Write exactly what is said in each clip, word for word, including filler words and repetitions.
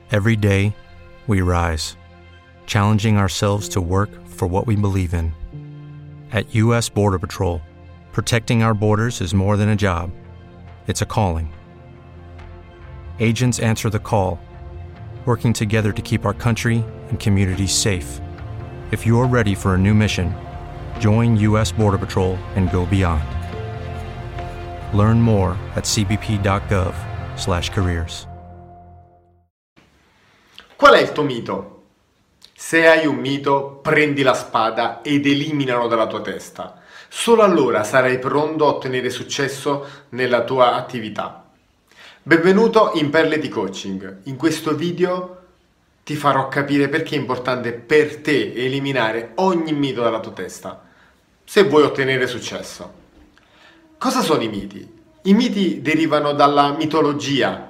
Every day, we rise, challenging ourselves to work for what we believe in. At U S Border Patrol, protecting our borders is more than a job. It's a calling. Agents answer the call, working together to keep our country and communities safe. If you're ready for a new mission, join U S Border Patrol and go beyond. Learn more at c b p dot gov slash careers. Qual è il tuo mito? Se hai un mito, prendi la spada ed eliminalo dalla tua testa. Solo allora sarai pronto a ottenere successo nella tua attività. Benvenuto in Perle di Coaching. In questo video ti farò capire perché è importante per te eliminare ogni mito dalla tua testa, se vuoi ottenere successo. Cosa sono i miti? I miti derivano dalla mitologia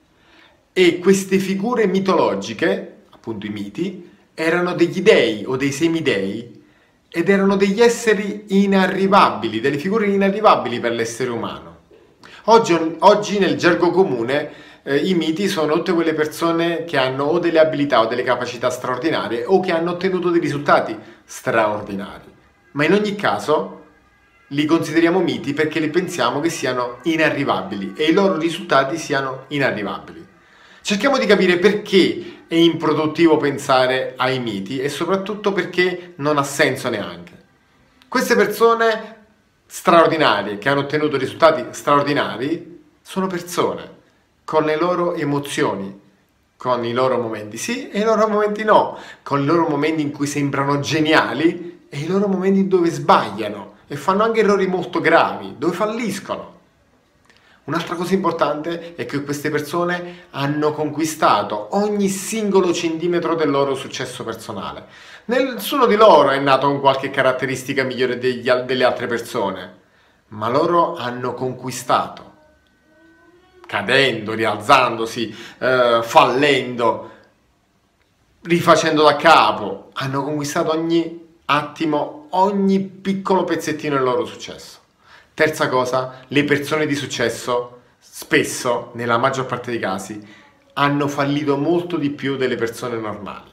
e queste figure mitologiche, appunto i miti, erano degli dei o dei semidei ed erano degli esseri inarrivabili, delle figure inarrivabili per l'essere umano. Oggi, oggi nel gergo comune eh, i miti sono tutte quelle persone che hanno o delle abilità o delle capacità straordinarie o che hanno ottenuto dei risultati straordinari. Ma in ogni caso li consideriamo miti perché li pensiamo che siano inarrivabili e i loro risultati siano inarrivabili. Cerchiamo di capire perché è improduttivo pensare ai miti e soprattutto perché non ha senso neanche. Queste persone straordinarie che hanno ottenuto risultati straordinari sono persone con le loro emozioni, con i loro momenti sì e i loro momenti no, con i loro momenti in cui sembrano geniali e i loro momenti dove sbagliano e fanno anche errori molto gravi, dove falliscono. Un'altra cosa importante è che queste persone hanno conquistato ogni singolo centimetro del loro successo personale. Nessuno di loro è nato con qualche caratteristica migliore degli, delle altre persone, ma loro hanno conquistato, cadendo, rialzandosi, eh, fallendo, rifacendo da capo, hanno conquistato ogni attimo, ogni piccolo pezzettino del loro successo. Terza cosa, le persone di successo, spesso, nella maggior parte dei casi, hanno fallito molto di più delle persone normali.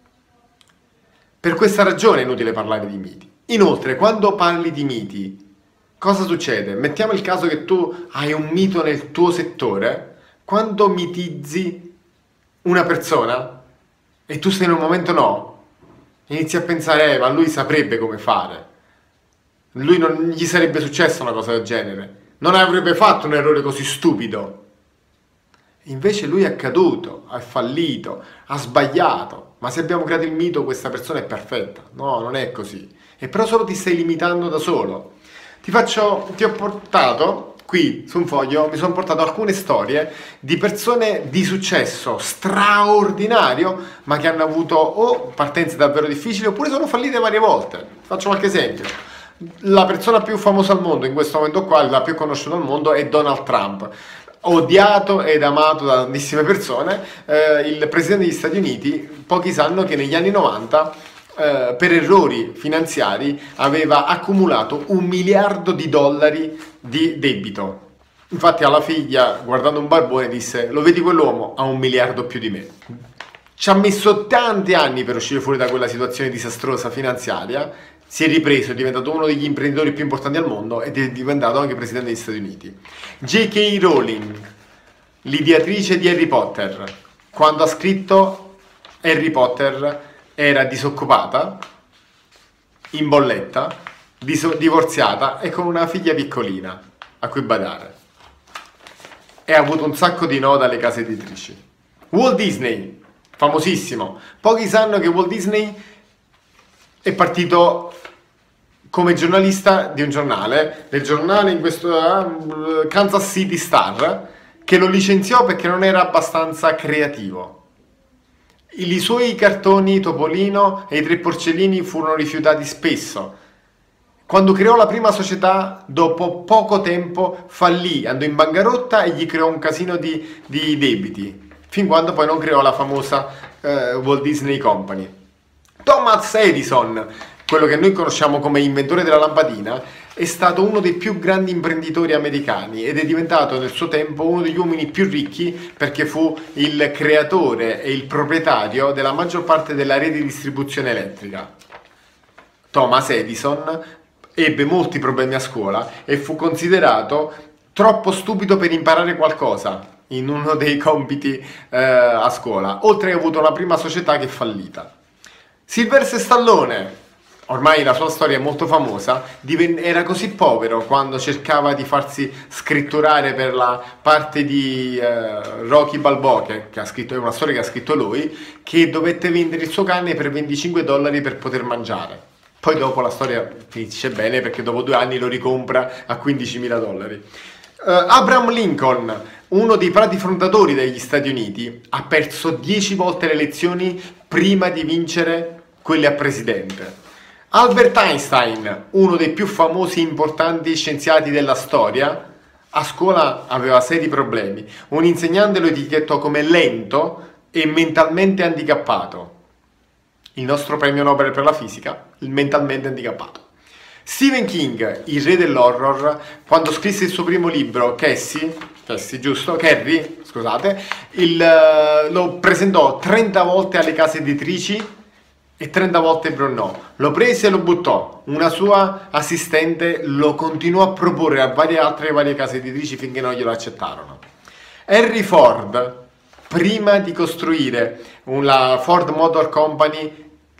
Per questa ragione è inutile parlare di miti. Inoltre, quando parli di miti, cosa succede? Mettiamo il caso che tu hai un mito nel tuo settore, quando mitizzi una persona e tu sei in un momento no, inizi a pensare, eh, ma lui saprebbe come fare. Lui non gli sarebbe successa una cosa del genere, non avrebbe fatto un errore così stupido. Invece lui è caduto, ha fallito, ha sbagliato, ma se abbiamo creato il mito questa persona è perfetta. No, non è così. E però solo ti stai limitando da solo. Ti faccio, ti ho portato qui su un foglio, mi sono portato alcune storie di persone di successo straordinario, ma che hanno avuto o partenze davvero difficili oppure sono fallite varie volte. Faccio qualche esempio. La persona più famosa al mondo in questo momento qua, la più conosciuta al mondo, è Donald Trump, odiato ed amato da tantissime persone. Eh, il presidente degli Stati Uniti, pochi sanno che negli anni novanta eh, per errori finanziari aveva accumulato un miliardo di dollari di debito. Infatti alla figlia, guardando un barbone, disse: lo vedi quell'uomo? Ha un miliardo più di me. Ci ha messo tanti anni per uscire fuori da quella situazione disastrosa finanziaria. Si è ripreso, è diventato uno degli imprenditori più importanti al mondo ed è diventato anche presidente degli Stati Uniti. J K. Rowling, l'ideatrice di Harry Potter, quando ha scritto Harry Potter era disoccupata, in bolletta, dis- divorziata e con una figlia piccolina a cui badare. E ha avuto un sacco di no dalle case editrici. Walt Disney, famosissimo. Pochi sanno che Walt Disney è partito come giornalista di un giornale, del giornale in questo uh, Kansas City Star, che lo licenziò perché non era abbastanza creativo. I suoi cartoni Topolino e i Tre Porcellini furono rifiutati spesso. Quando creò la prima società, dopo poco tempo fallì, andò in bancarotta e gli creò un casino di, di debiti, fin quando poi non creò la famosa uh, Walt Disney Company. Thomas Edison, quello che noi conosciamo come inventore della lampadina, È stato uno dei più grandi imprenditori americani ed è diventato nel suo tempo uno degli uomini più ricchi perché fu il creatore e il proprietario della maggior parte della rete di distribuzione elettrica. Thomas Edison ebbe molti problemi a scuola e fu considerato troppo stupido per imparare qualcosa in uno dei compiti eh, a scuola, oltre che ha avuto una prima società che è fallita. Sylvester Stallone, ormai la sua storia è molto famosa, era così povero quando cercava di farsi scritturare per la parte di eh, Rocky Balboa, che, che ha scritto, è una storia che ha scritto lui, che dovette vendere il suo cane per venticinque dollari per poter mangiare. Poi dopo la storia finisce bene perché dopo due anni lo ricompra a quindicimila dollari. Uh, Abraham Lincoln, uno dei padri fondatori degli Stati Uniti, ha perso dieci volte le elezioni prima di vincere quelle a presidente. Albert Einstein, uno dei più famosi e importanti scienziati della storia, a scuola aveva seri problemi. Un insegnante lo etichettò come lento e mentalmente handicappato. Il nostro premio Nobel per la fisica, il mentalmente handicappato. Stephen King, il re dell'horror, quando scrisse il suo primo libro, Cassie, Cassie giusto? Carrie, scusate, il, lo presentò trenta volte alle case editrici e trenta volte bronnò. Lo prese e lo buttò. Una sua assistente lo continuò a proporre a varie altre varie case editrici finché non glielo accettarono. Henry Ford, prima di costruire la Ford Motor Company,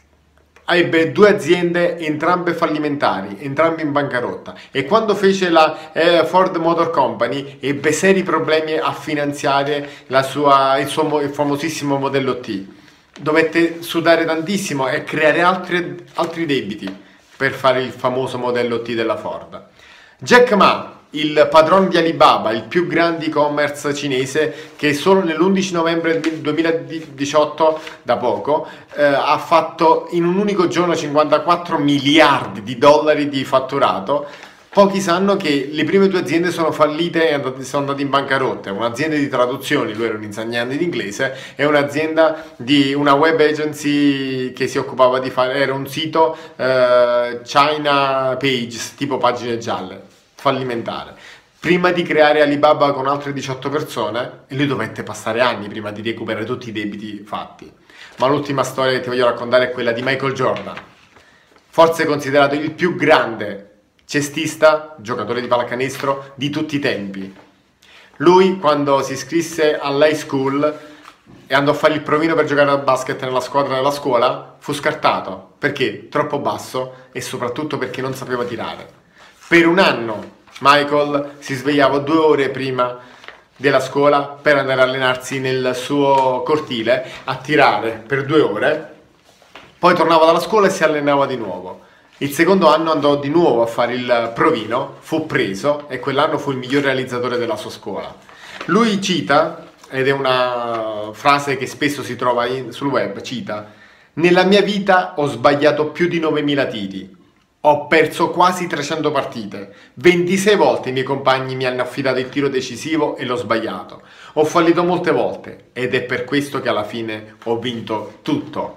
ebbe due aziende, entrambe fallimentari, entrambe in bancarotta, e quando fece la eh, Ford Motor Company ebbe seri problemi a finanziare la sua, il suo il famosissimo modello T. Dovette sudare tantissimo e creare altri, altri debiti per fare il famoso modello T della Ford. Jack Ma, il padrone di Alibaba, il più grande e-commerce cinese, che solo nell'undici novembre duemiladiciotto, da poco, eh, ha fatto in un unico giorno cinquantaquattro miliardi di dollari di fatturato. Pochi sanno che le prime due aziende sono fallite e sono andate in bancarotta. Un'azienda di traduzioni, lui era un insegnante di inglese, e un'azienda di una web agency che si occupava di fare, era un sito eh, China Pages, tipo pagine gialle, fallimentare. Prima di creare Alibaba con altre diciotto persone, e lui dovette passare anni prima di recuperare tutti i debiti fatti. Ma l'ultima storia che ti voglio raccontare è quella di Michael Jordan, forse considerato il più grande cestista, giocatore di pallacanestro di tutti i tempi. Lui, quando si iscrisse all'high school e andò a fare il provino per giocare a basket nella squadra della scuola, fu scartato perché troppo basso e soprattutto perché non sapeva tirare. Per un anno Michael si svegliava due ore prima della scuola per andare a allenarsi nel suo cortile a tirare per due ore, poi tornava dalla scuola e si allenava di nuovo. Il secondo anno andò di nuovo a fare il provino, fu preso e quell'anno fu il miglior realizzatore della sua scuola. Lui cita, ed è una frase che spesso si trova in, sul web, cita: "Nella mia vita ho sbagliato più di novemila tiri, ho perso quasi trecento partite, ventisei volte i miei compagni mi hanno affidato il tiro decisivo e l'ho sbagliato, ho fallito molte volte ed è per questo che alla fine ho vinto tutto."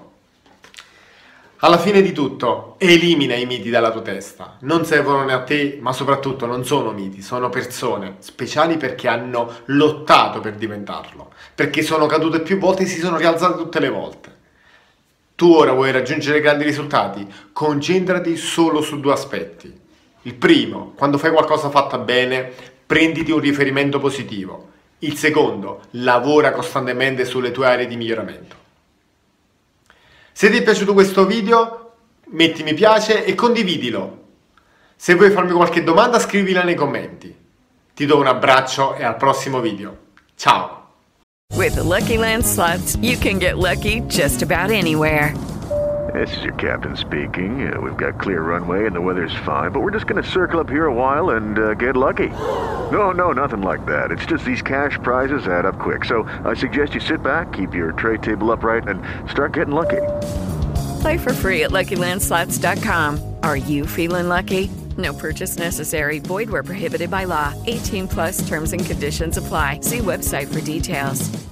Alla fine di tutto, elimina i miti dalla tua testa. Non servono né a te, ma soprattutto non sono miti, sono persone speciali perché hanno lottato per diventarlo, perché sono cadute più volte e si sono rialzate tutte le volte. Tu ora vuoi raggiungere grandi risultati? Concentrati solo su due aspetti. Il primo, quando fai qualcosa fatta bene, prenditi un riferimento positivo. Il secondo, lavora costantemente sulle tue aree di miglioramento. Se ti è piaciuto questo video, metti mi piace e condividilo. Se vuoi farmi qualche domanda, scrivila nei commenti. Ti do un abbraccio e al prossimo video. Ciao! With the Lucky Land Slots, you can get lucky just about anywhere. This is your captain speaking. Uh, we've got clear runway and the weather's fine, but we're just going to circle up here a while and uh, get lucky. No, no, nothing like that. It's just these cash prizes add up quick. So I suggest you sit back, keep your tray table upright, and start getting lucky. Play for free at Lucky Land Slots dot com. Are you feeling lucky? No purchase necessary. Void where prohibited by law. eighteen plus terms and conditions apply. See website for details.